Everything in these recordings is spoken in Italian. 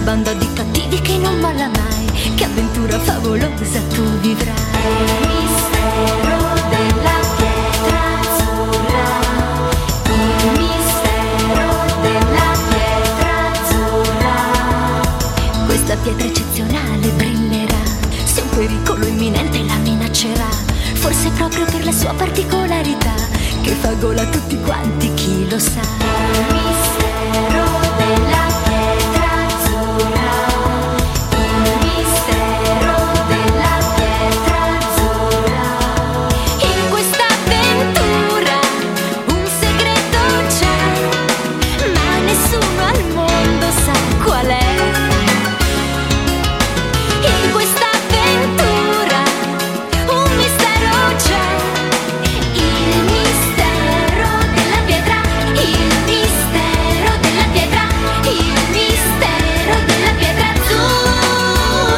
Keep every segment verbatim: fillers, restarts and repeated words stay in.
banda di cattivi che non molla mai. Che avventura favolosa tu vivrai. Il mistero della pietra azzurra, il mistero della pietra azzurra. Questa pietra eccezionale brillerà, se un pericolo imminente la minaccerà, forse proprio per la sua particolarità, che fa gola a tutti quanti, chi lo sa. Il mistero della pietra azzurra, il mistero della pietra azzurra. In questa avventura un segreto c'è, ma nessuno al mondo sa qual è. In questa avventura un mistero c'è, il mistero della pietra, il mistero della pietra, il mistero della pietra azzurra.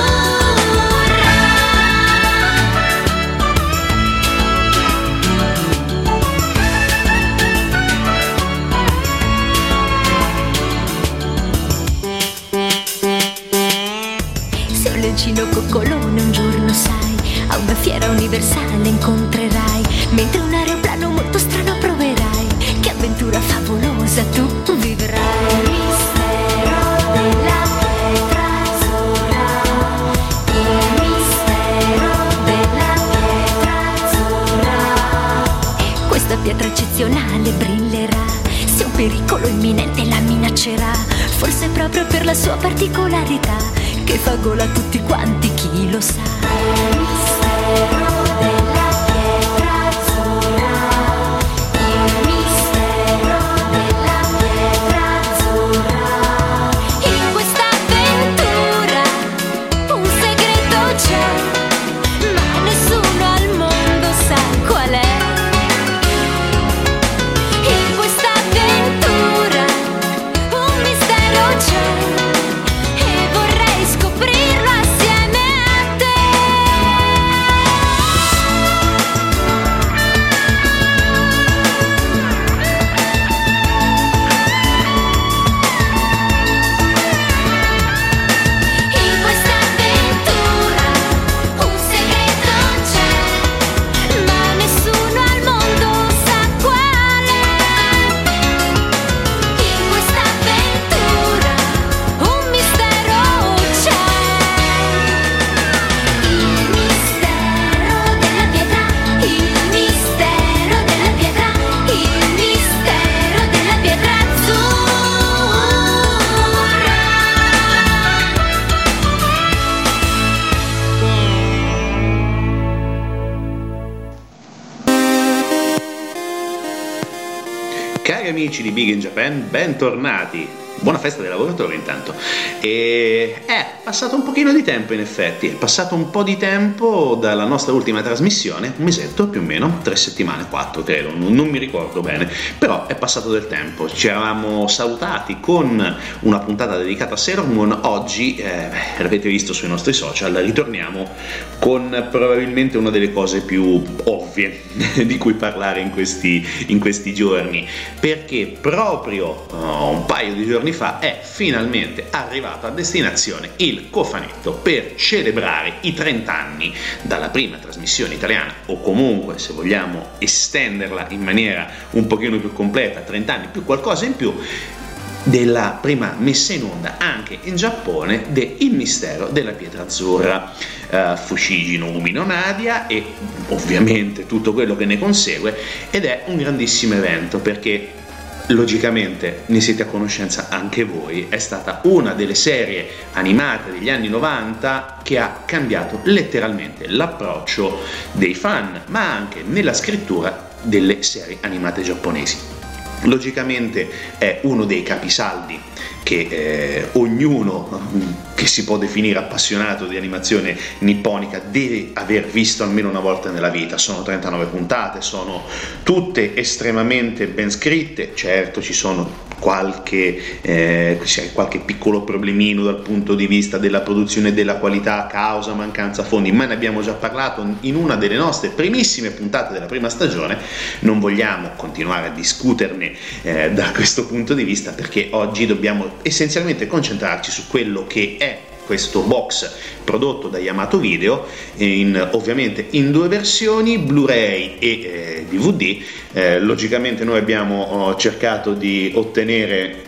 Se un leoncino coccolone un giorno sai, a una fiera universale incontrerai, mentre un aeroplano molto strano proverai, che avventura favolosa tu vivrai. Il mistero della pietra azzurra, il mistero della pietra azzurra. Questa pietra eccezionale brillerà, se un pericolo imminente la minaccerà, forse proprio per la sua particolarità, che fa gola a tutti quanti, chi lo sa. Il mistero della pietra azzurra, il mistero della pietra azzurra. In questa avventura un segreto c'è, ma nessuno al mondo sa qual è. In questa avventura un mistero c'è, e vorrei scoprirlo assieme a te. In questa avventura un segreto c'è, ma nessuno al mondo sa qual è. In questa avventura un mistero c'è, il mistero della pietra, il mistero della pietra, il mistero della pietra azzurra. Cari amici di Big in Japan, bentornati. Buona festa del lavoratore intanto. E è passato un pochino di tempo, in effetti, è passato un po' di tempo dalla nostra ultima trasmissione, un mesetto più o meno, tre settimane, quattro credo, non, non mi ricordo bene, però è passato del tempo. Ci eravamo salutati con una puntata dedicata a Sailor Moon. Oggi, eh, l'avete visto sui nostri social, ritorniamo con probabilmente una delle cose più ovvie di cui parlare in questi, in questi giorni, perché proprio oh, un paio di giorni fa è finalmente arrivato a destinazione il cofanetto per celebrare i trenta anni dalla prima trasmissione italiana, o comunque, se vogliamo estenderla in maniera un pochino più completa, trenta anni più qualcosa in più, della prima messa in onda anche in Giappone de Il mistero della pietra azzurra, uh, Fushigi no Umi no Nadia, e ovviamente tutto quello che ne consegue. Ed è un grandissimo evento perché, logicamente, ne siete a conoscenza anche voi, è stata una delle serie animate degli anni novanta che ha cambiato letteralmente l'approccio dei fan, ma anche nella scrittura delle serie animate giapponesi. Logicamente è uno dei capisaldi che eh, ognuno che si può definire appassionato di animazione nipponica deve aver visto almeno una volta nella vita. Sono trentanove puntate, sono tutte estremamente ben scritte, certo ci sono qualche, eh, qualche piccolo problemino dal punto di vista della produzione e della qualità causa mancanza fondi, ma ne abbiamo già parlato in una delle nostre primissime puntate della prima stagione. Non vogliamo continuare a discuterne eh, da questo punto di vista, perché oggi dobbiamo essenzialmente concentrarci su quello che è questo box prodotto da Yamato Video, in, ovviamente in due versioni, Blu-ray e eh, D V D. Eh, logicamente noi abbiamo oh, cercato di ottenere,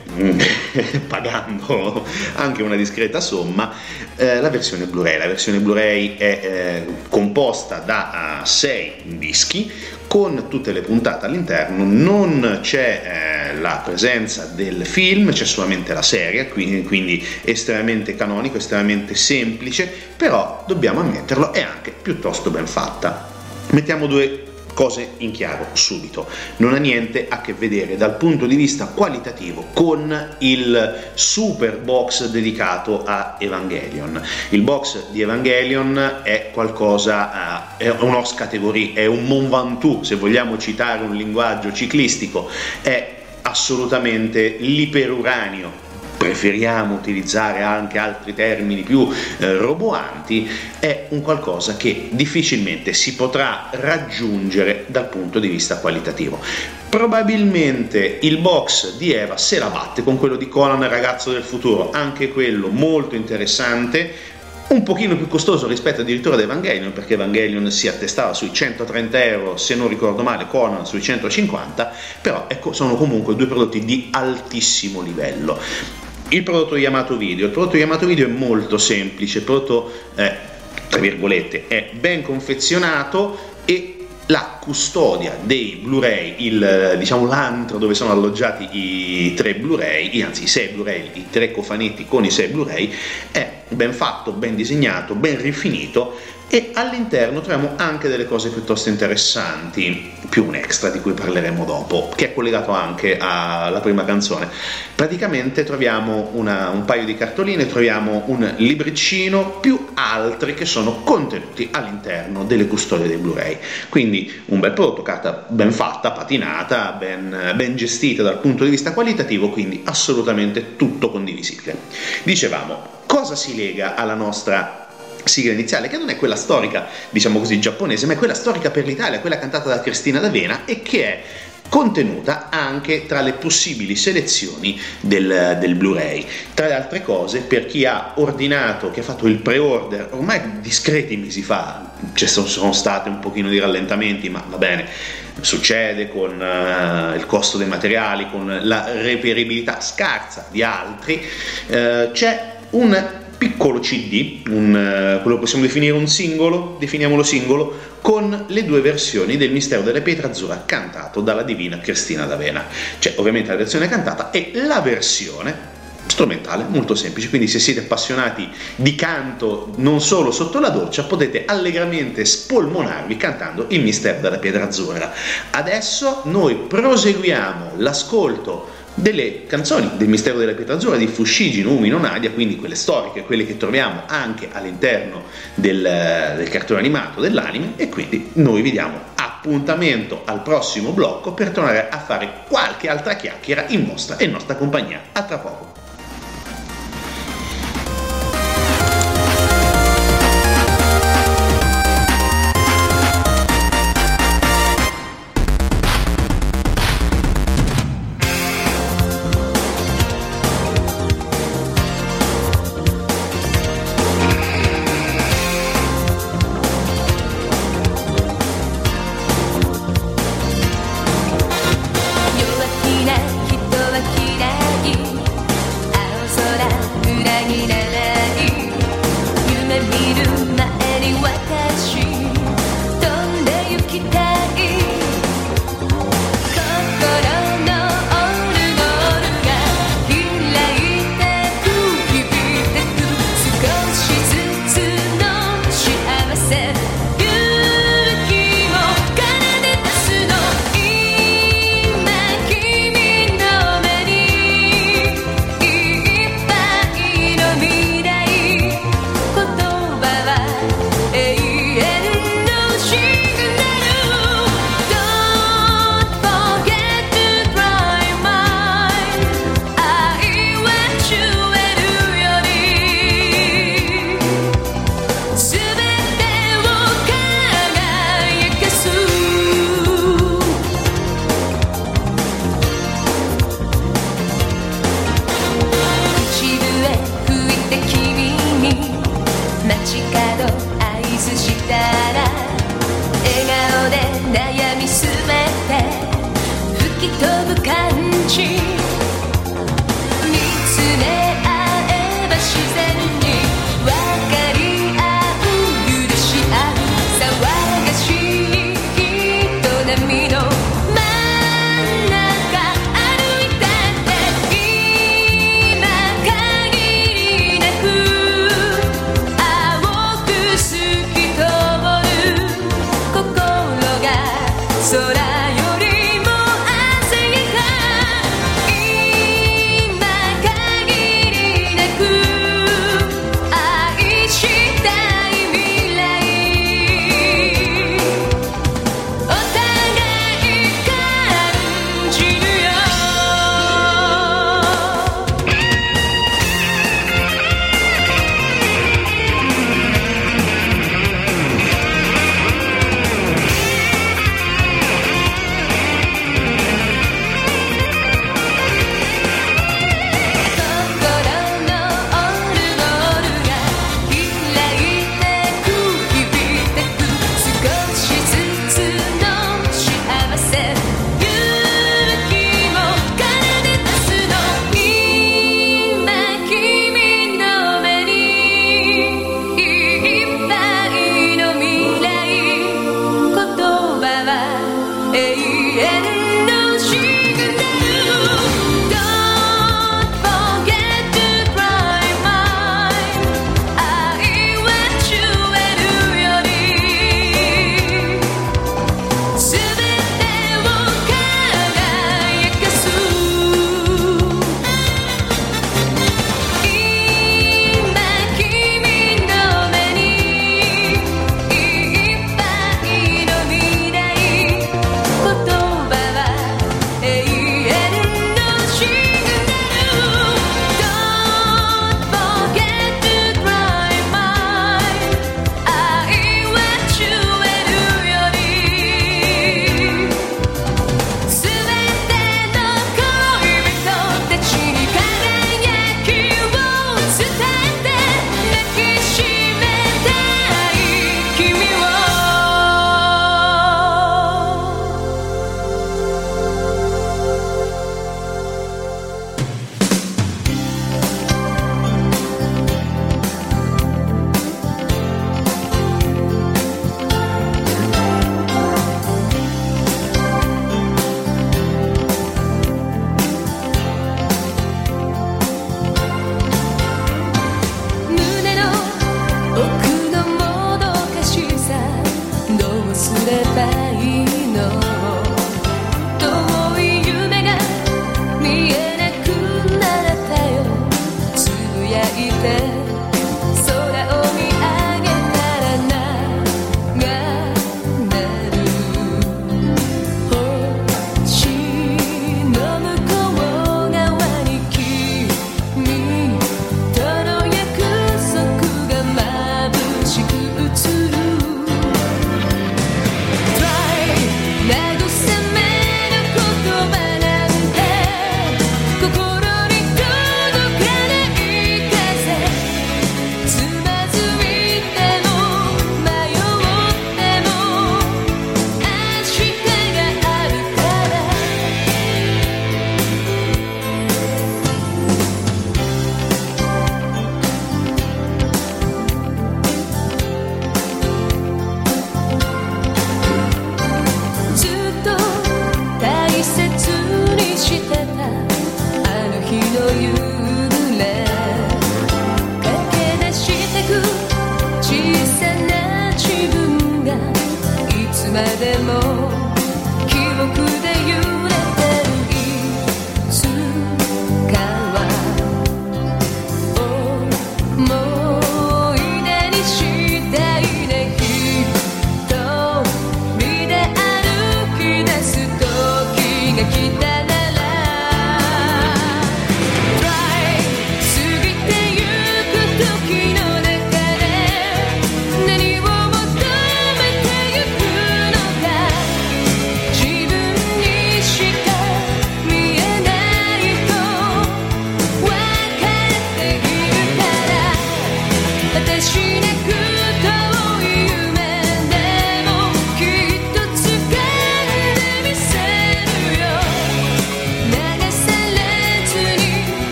pagando anche una discreta somma, eh, la versione Blu-ray. La versione Blu-ray è eh, composta da uh, sei dischi con tutte le puntate all'interno. Non c'è eh, la presenza del film, c'è solamente la serie, quindi, quindi estremamente canonico, estremamente semplice, però dobbiamo ammetterlo, è anche piuttosto ben fatta. Mettiamo due cose in chiaro subito: non ha niente a che vedere dal punto di vista qualitativo con il super box dedicato a Evangelion. Il box di Evangelion è qualcosa, è un'os categoria, è un Mont Ventoux, se vogliamo citare un linguaggio ciclistico, è assolutamente l'iperuranio. Preferiamo utilizzare anche altri termini più eh, roboanti. È un qualcosa che difficilmente si potrà raggiungere dal punto di vista qualitativo. Probabilmente il box di Eva se la batte con quello di Conan, il ragazzo del futuro, anche quello molto interessante, un pochino più costoso rispetto addirittura ad Evangelion, perché Evangelion si attestava sui centotrenta euro, se non ricordo male, Conan sui centocinquanta, però ecco, sono comunque due prodotti di altissimo livello. Il prodotto Yamato Video, il prodotto Yamato Video è molto semplice, il prodotto, eh, tra virgolette, è ben confezionato, e la custodia dei Blu-ray, il, diciamo l'antro dove sono alloggiati i tre Blu-ray, anzi i sei Blu-ray, i tre cofanetti con i sei Blu-ray, è ben fatto, ben disegnato, ben rifinito, e all'interno troviamo anche delle cose piuttosto interessanti, più un extra di cui parleremo dopo, che è collegato anche alla prima canzone. Praticamente troviamo una, un paio di cartoline, troviamo un libricino, più altri che sono contenuti all'interno delle custodie dei Blu-ray. Quindi un bel prodotto, carta ben fatta, patinata, ben, ben gestita dal punto di vista qualitativo, quindi assolutamente tutto condivisibile. Dicevamo, cosa si lega alla nostra sigla iniziale, che non è quella storica, diciamo così, giapponese, ma è quella storica per l'Italia, quella cantata da Cristina D'Avena, e che è contenuta anche tra le possibili selezioni del, del Blu-ray. Tra le altre cose, per chi ha ordinato, che ha fatto il pre-order ormai discreti mesi fa, ci sono stati un pochino di rallentamenti, ma va bene, succede con uh, il costo dei materiali, con la reperibilità scarsa di altri, uh, c'è un piccolo C D, un, quello possiamo definire un singolo, definiamolo singolo, con le due versioni del Mistero della Pietra Azzurra cantato dalla divina Cristina D'Avena. C'è ovviamente la versione cantata e la versione strumentale, molto semplice, quindi se siete appassionati di canto non solo sotto la doccia, potete allegramente spolmonarvi cantando il Mistero della Pietra Azzurra. Adesso noi proseguiamo l'ascolto delle canzoni del Mistero della Pietra Azzurra di Fushigi no Umi no Nadia, quindi quelle storiche, quelle che troviamo anche all'interno del, del cartone animato, dell'anime, e quindi noi vi diamo appuntamento al prossimo blocco per tornare a fare qualche altra chiacchiera in vostra e nostra compagnia. A tra poco.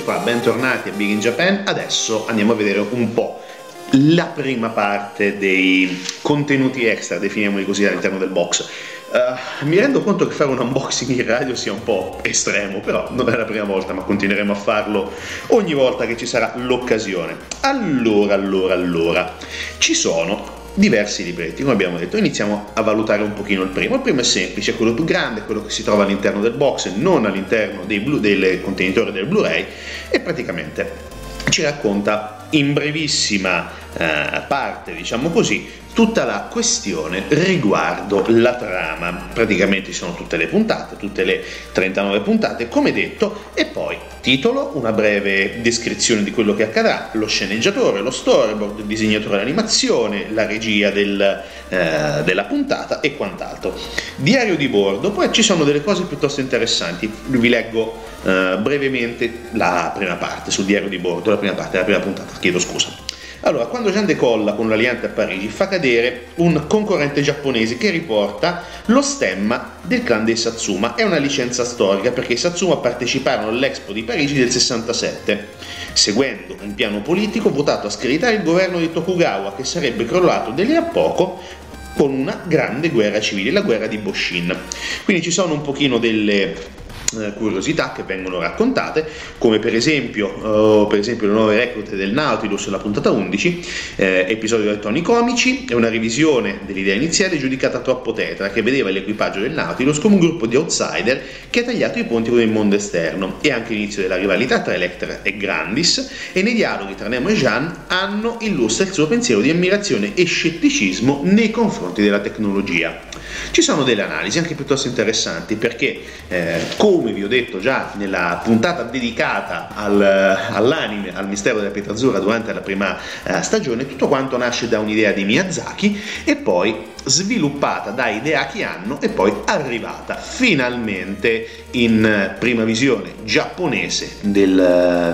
qua, bentornati a Big in Japan. Adesso andiamo a vedere un po' la prima parte dei contenuti extra, definiamoli così, all'interno del box. Uh, mi rendo conto che fare un unboxing in radio sia un po' estremo, però non è la prima volta, ma continueremo a farlo ogni volta che ci sarà l'occasione. Allora, allora, allora, ci sono diversi libretti, come abbiamo detto. Iniziamo a valutare un pochino il primo. Il primo è semplice, è quello più grande, quello che si trova all'interno del box, non all'interno dei, blu, dei contenitori del Blu-ray, e praticamente ci racconta in brevissima eh, parte, diciamo così, tutta la questione riguardo la trama. Praticamente ci sono tutte le puntate, tutte le trentanove puntate, come detto, e poi titolo, una breve descrizione di quello che accadrà, lo sceneggiatore, lo storyboard, il disegnatore dell'animazione, la regia del, eh, della puntata e quant'altro. Diario di bordo, poi ci sono delle cose piuttosto interessanti. Vi leggo eh, brevemente la prima parte sul diario di bordo, la prima parte della prima puntata, chiedo scusa. Allora, quando Jean decolla con l'aliante a Parigi, fa cadere un concorrente giapponese che riporta lo stemma del clan dei Satsuma. È una licenza storica perché i Satsuma parteciparono all'Expo di Parigi del sessantasette, seguendo un piano politico votato a screditare il governo di Tokugawa, che sarebbe crollato di lì a poco con una grande guerra civile, la guerra di Boshin. Quindi ci sono un pochino delle curiosità che vengono raccontate, come per esempio uh, per esempio le nuove reclute del Nautilus, la puntata undici, eh, episodio dei toni comici, è una revisione dell'idea iniziale giudicata troppo tetra, che vedeva l'equipaggio del Nautilus come un gruppo di outsider che ha tagliato i ponti con il mondo esterno, e anche l'inizio della rivalità tra Electra e Grandis, e nei dialoghi tra Nemo e Jean Anno illustra il suo pensiero di ammirazione e scetticismo nei confronti della tecnologia. Ci sono delle analisi anche piuttosto interessanti perché, eh, come vi ho detto già nella puntata dedicata al, all'anime, al mistero della pietra azzurra durante la prima eh, stagione, tutto quanto nasce da un'idea di Miyazaki e poi sviluppata da Hideaki Anno e poi arrivata finalmente in prima visione giapponese del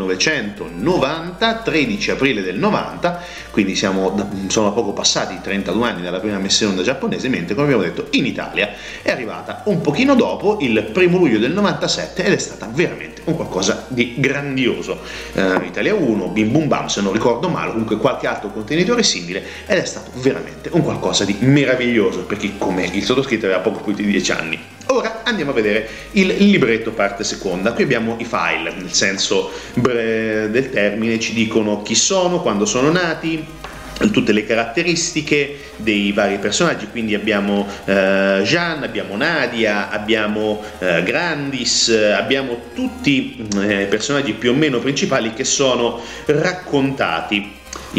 millenovecentonovanta, tredici aprile del novanta, quindi siamo, sono poco passati trentadue anni dalla prima messa in onda giapponese, mentre, come abbiamo detto, in Italia è arrivata un pochino dopo, il primo luglio del novantasette, ed è stata veramente un qualcosa di grandioso. eh, Italia uno, Bim Bum Bam, se non ricordo male, comunque qualche altro contenitore simile, ed è stato veramente un qualcosa di meraviglioso per chi come il sottoscritto aveva poco più di dieci anni. Ora andiamo a vedere il libretto parte seconda. Qui abbiamo i file, nel senso bre- del termine, ci dicono chi sono, quando sono nati, tutte le caratteristiche dei vari personaggi. Quindi abbiamo eh, Jean, abbiamo Nadia, abbiamo eh, Grandis, abbiamo tutti i eh, personaggi più o meno principali che sono raccontati.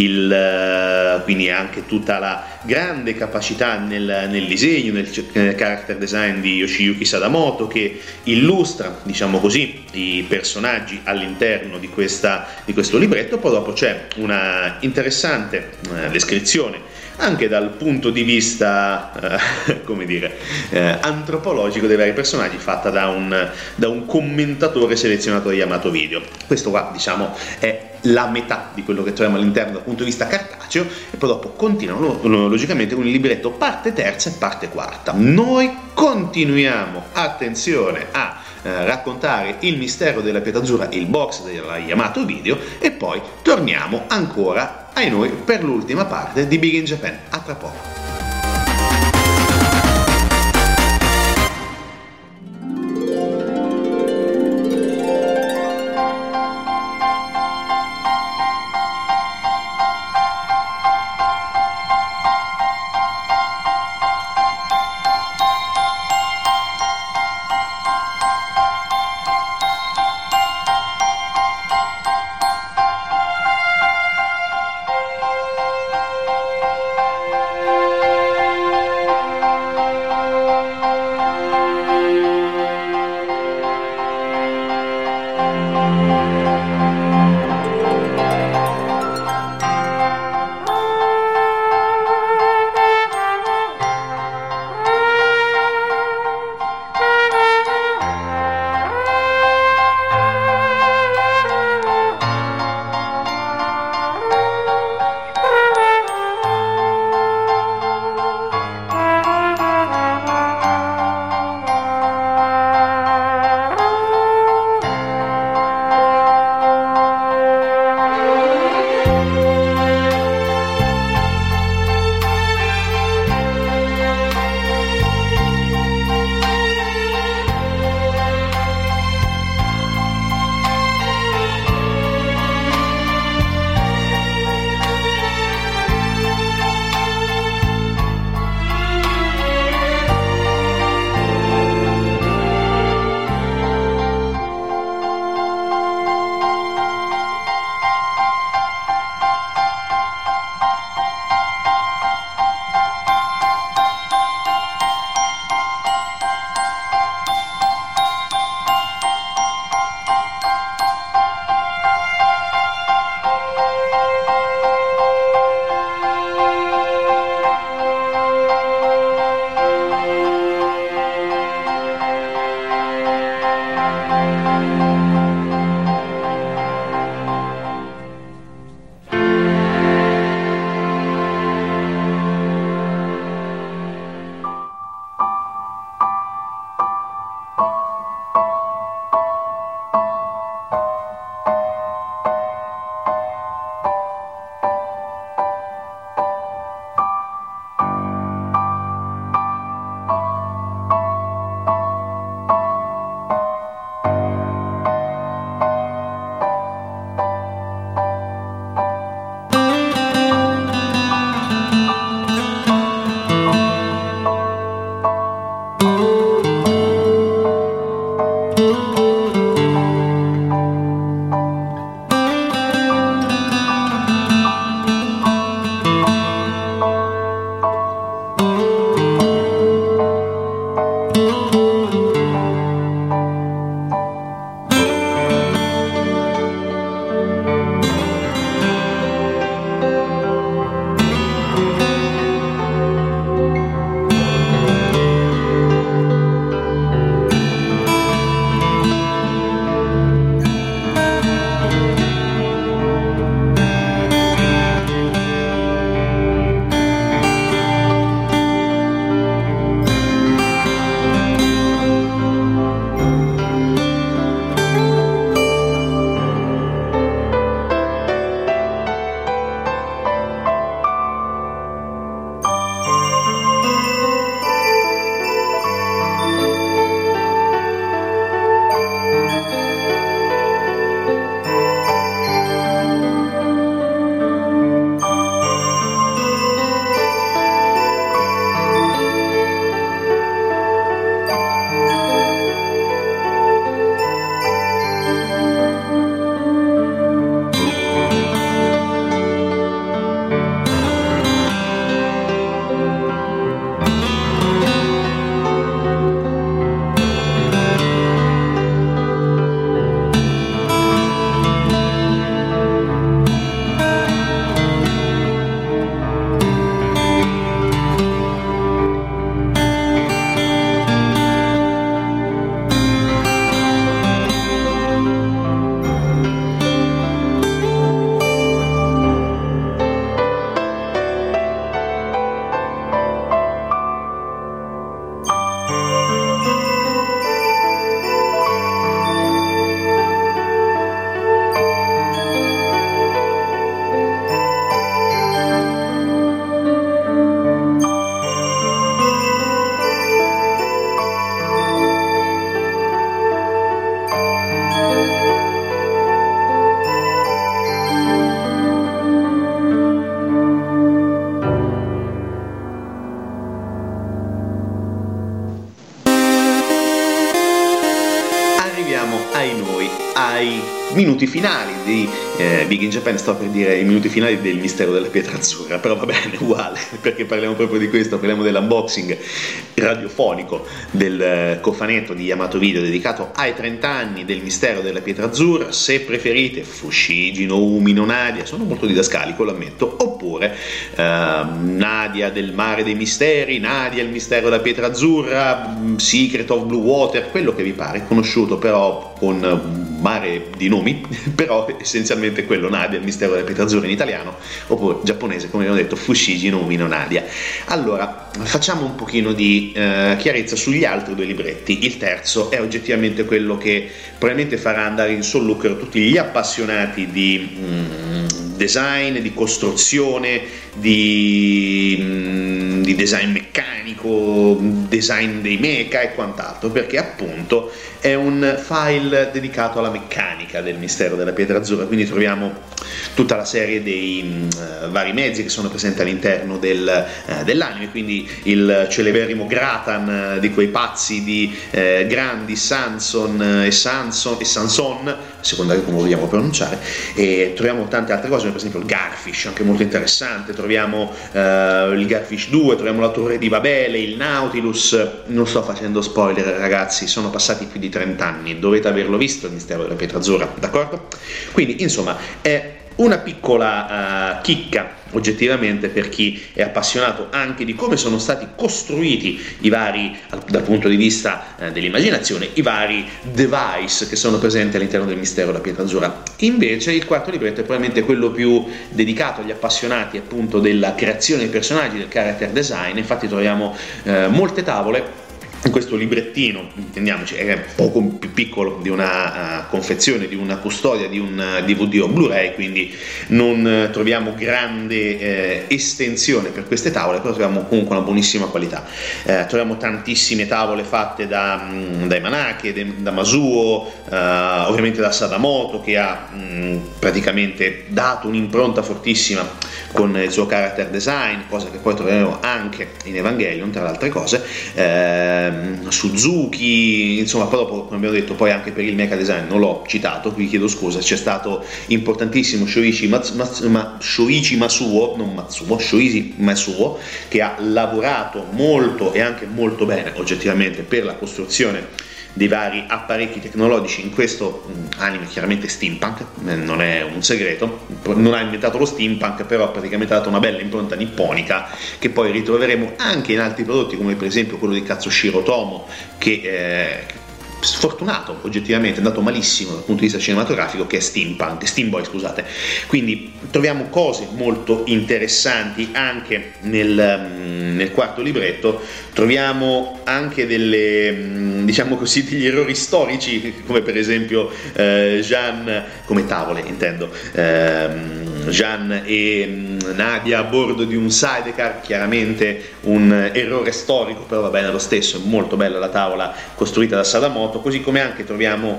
Il, quindi anche tutta la grande capacità nel, nel disegno, nel eh, character design di Yoshiyuki Sadamoto, che illustra, diciamo così, i personaggi all'interno di, questa, di questo libretto. Poi dopo c'è una interessante eh, descrizione anche dal punto di vista eh, come dire eh, antropologico dei vari personaggi, fatta da un, da un commentatore selezionato da Yamato Video. Questo qua, diciamo, è la metà di quello che troviamo all'interno dal punto di vista cartaceo, e poi dopo continuano logicamente con il libretto parte terza e parte quarta. Noi continuiamo, attenzione, a eh, raccontare il mistero della pietra azzurra, il box della Yamato Video, e poi torniamo ancora ai noi per l'ultima parte di Big in Japan. A tra poco. minuti finali di eh, Big in Japan, sto per dire i minuti finali del Mistero della Pietra Azzurra, però va bene, uguale, perché parliamo proprio di questo, parliamo dell'unboxing radiofonico del eh, cofanetto di Yamato Video dedicato ai trenta anni del Mistero della Pietra Azzurra. Se preferite Fushigi no Umi no Nadia, sono molto didascalico, lo ammetto, oppure eh, Nadia del Mare dei Misteri, Nadia il Mistero della Pietra Azzurra, Secret of Blue Water, quello che vi pare, conosciuto però con un mare di nomi, però essenzialmente quello, Nadia il Mistero della Pietra Azzurra in italiano, oppure giapponese, come abbiamo detto, Fushigi no Umi no Nadia. Allora, facciamo un pochino di eh, chiarezza sugli altri due libretti. Il terzo è oggettivamente quello che probabilmente farà andare in solluchero tutti gli appassionati di mm, design, di costruzione, di, mm, di design meccanico, design dei mecha e quant'altro, perché appunto è un file dedicato alla meccanica del Mistero della Pietra Azzurra, quindi troviamo tutta la serie dei uh, vari mezzi che sono presenti all'interno del, uh, dell'anime, quindi il celeberrimo Gratan uh, di quei pazzi di uh, Grandi, Sanson uh, e Sanson e Sanson, a seconda di come lo vogliamo pronunciare, e troviamo tante altre cose, per esempio il Garfish, anche molto interessante, troviamo uh, il Garfish due, troviamo la Torre di Babele, il Nautilus. Non sto facendo spoiler, ragazzi, sono passati più di trenta anni, dovete averlo visto il Mistero della Pietra Azzurra, d'accordo? Quindi insomma è una piccola uh, chicca oggettivamente per chi è appassionato anche di come sono stati costruiti i vari, dal punto di vista uh, dell'immaginazione, i vari device che sono presenti all'interno del Mistero della Pietra Azzurra. Invece il quarto libretto è probabilmente quello più dedicato agli appassionati appunto della creazione dei personaggi, del character design. Infatti troviamo uh, molte tavole. In questo librettino, intendiamoci, è poco più piccolo di una uh, confezione, di una custodia, di un uh, D V D o Blu-ray, quindi non uh, troviamo grande eh, estensione per queste tavole, però troviamo comunque una buonissima qualità. Eh, troviamo tantissime tavole fatte da, mh, da Emanake, de, da Masuo, uh, ovviamente da Sadamoto, che ha mh, praticamente dato un'impronta fortissima con il suo character design, cosa che poi troveremo anche in Evangelion, tra le altre cose. Eh, Suzuki, insomma, poi dopo, come abbiamo detto, poi anche per il mecha design non l'ho citato, qui chiedo scusa, c'è stato importantissimo Shoichi, Mats, Mats, ma, Shoichi Masuo, non Matsuo, Shoichi Masuo, che ha lavorato molto e anche molto bene oggettivamente per la costruzione dei vari apparecchi tecnologici in questo anime, chiaramente steampunk, non è un segreto, non ha inventato lo steampunk, però ha praticamente dato una bella impronta nipponica che poi ritroveremo anche in altri prodotti, come per esempio quello di Katsushiro Tomo, che eh, sfortunato oggettivamente, è andato malissimo dal punto di vista cinematografico, che è Steampunk, Steamboy, scusate. Quindi troviamo cose molto interessanti anche nel, nel quarto libretto. Troviamo anche delle, diciamo così, degli errori storici, come per esempio eh, Jean, come tavole intendo, eh, Jean e Nadia a bordo di un sidecar, chiaramente un errore storico, però va bene lo stesso, è molto bella la tavola costruita da Sadamoto, così come anche troviamo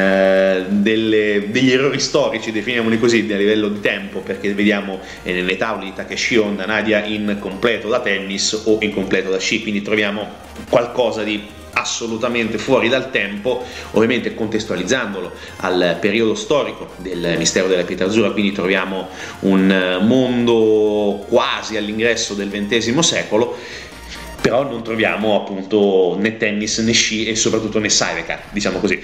eh, delle, degli errori storici, definiamoli così, a livello di tempo, perché vediamo eh, nelle tavole di Takeshi Honda Nadia in completo da tennis o in completo da sci, quindi troviamo qualcosa di assolutamente fuori dal tempo, ovviamente contestualizzandolo al periodo storico del Mistero della Pietra Azzurra, quindi troviamo un mondo quasi all'ingresso del ventesimo secolo, però non troviamo appunto né tennis né sci e soprattutto né sidecar, diciamo così.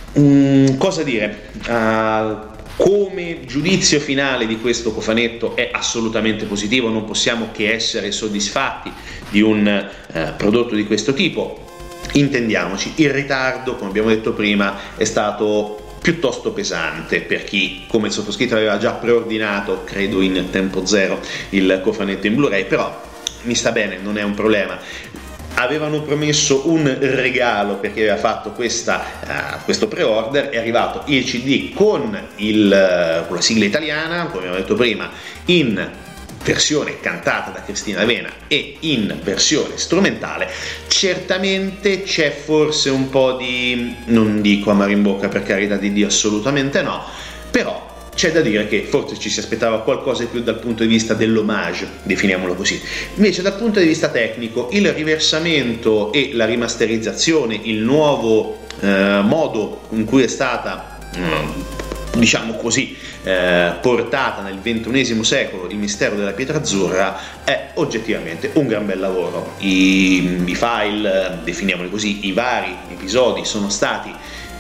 Mm, cosa dire? Uh, Come giudizio finale di questo cofanetto è assolutamente positivo, non possiamo che essere soddisfatti di un eh, prodotto di questo tipo. Intendiamoci, il ritardo, come abbiamo detto prima, è stato piuttosto pesante per chi, come il sottoscritto, aveva già preordinato, credo in tempo zero, il cofanetto in Blu-ray, però mi sta bene, non è un problema. Avevano promesso un regalo perché aveva fatto questa, uh, questo pre-order, è arrivato il C D con, il, uh, con la sigla italiana, come abbiamo detto prima, in versione cantata da Cristina Avena e in versione strumentale. Certamente c'è forse un po' di, non dico amaro in bocca, per carità di Dio, assolutamente no, però c'è da dire che forse ci si aspettava qualcosa di più dal punto di vista dell'omaggio, definiamolo così. Invece dal punto di vista tecnico, il riversamento e la rimasterizzazione, il nuovo eh, modo in cui è stata eh, diciamo così, eh, portata nel ventunesimo secolo, Il mistero della pietra azzurra, è oggettivamente un gran bel lavoro. I, i file, definiamoli così, i vari episodi sono stati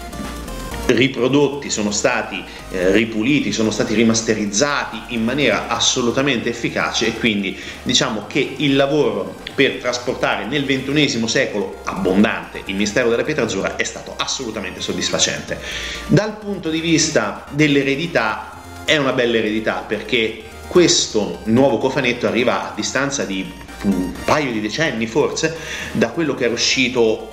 riprodotti, sono stati eh, ripuliti, sono stati rimasterizzati in maniera assolutamente efficace, e quindi diciamo che il lavoro per trasportare nel ventunesimo secolo abbondante Il mistero della pietra azzurra è stato assolutamente soddisfacente. Dal punto di vista dell'eredità è una bella eredità, perché questo nuovo cofanetto arriva a distanza di un paio di decenni forse da quello che era uscito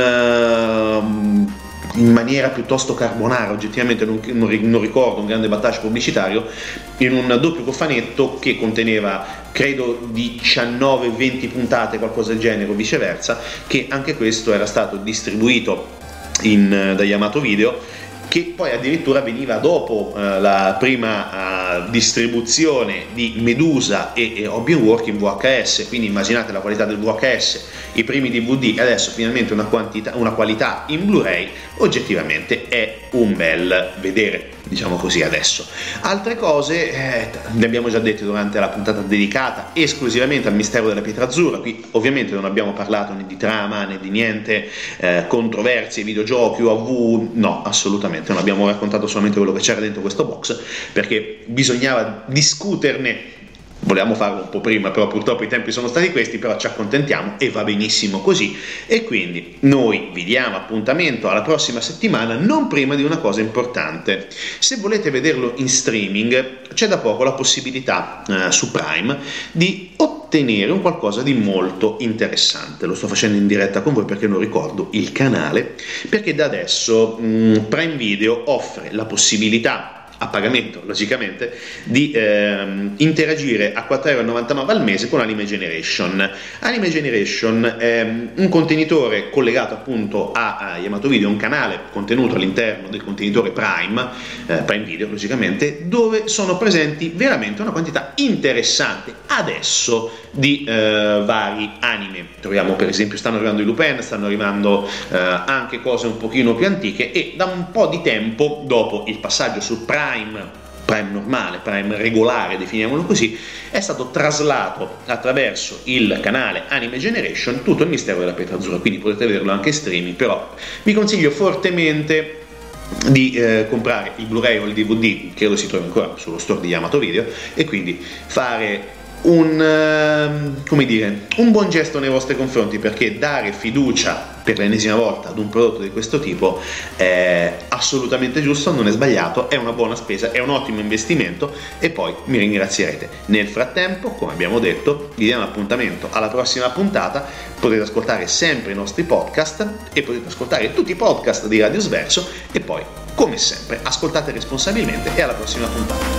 un uh, in maniera piuttosto carbonara, oggettivamente non, non, non ricordo un grande battage pubblicitario, in un doppio cofanetto che conteneva credo diciannove venti puntate, qualcosa del genere o viceversa, che anche questo era stato distribuito in, da Yamato Video, che poi addirittura veniva dopo eh, la prima uh, distribuzione di Medusa e, e Hobby Work in V H S, quindi immaginate la qualità del V H S, i primi D V D e adesso finalmente una, quantità, una qualità in Blu-ray. Oggettivamente è un bel vedere, diciamo così. Adesso altre cose eh, ne abbiamo già dette durante la puntata dedicata esclusivamente al mistero della pietra azzurra. Qui ovviamente non abbiamo parlato né di trama né di niente, eh, controversie, videogiochi, U A V, no, assolutamente non abbiamo raccontato solamente quello che c'era dentro questo box, perché bisognava discuterne. Volevamo farlo un po' prima, però purtroppo i tempi sono stati questi, però ci accontentiamo e va benissimo così. E quindi noi vi diamo appuntamento alla prossima settimana, non prima di una cosa importante. Se volete vederlo in streaming, c'è da poco la possibilità eh, su Prime di ottenere un qualcosa di molto interessante. Lo sto facendo in diretta con voi perché non ricordo il canale, perché da adesso mh, Prime Video offre la possibilità, a pagamento logicamente, di ehm, interagire a quattro virgola novantanove euro al mese con Anime Generation. Anime Generation è un contenitore collegato appunto a, a Yamato Video, un canale contenuto all'interno del contenitore Prime, eh, Prime Video logicamente, dove sono presenti veramente una quantità interessante adesso di eh, vari anime. Troviamo per esempio, stanno arrivando i Lupin, stanno arrivando eh, anche cose un pochino più antiche, e da un po' di tempo dopo il passaggio su Prime Prime normale, Prime regolare, definiamolo così, è stato traslato attraverso il canale Anime Generation tutto il mistero della pietra azzurra, quindi potete vederlo anche in streaming. Però vi consiglio fortemente di eh, comprare il Blu-ray o il D V D, credo si trovi ancora sullo store di Yamato Video, e quindi fare un, uh, come dire, un buon gesto nei vostri confronti, perché dare fiducia per l'ennesima volta ad un prodotto di questo tipo è assolutamente giusto, non è sbagliato, è una buona spesa, è un ottimo investimento, e poi mi ringrazierete. Nel frattempo, come abbiamo detto, vi diamo appuntamento alla prossima puntata. Potete ascoltare sempre i nostri podcast e potete ascoltare tutti i podcast di Radio Sverso, e poi come sempre ascoltate responsabilmente, e alla prossima puntata.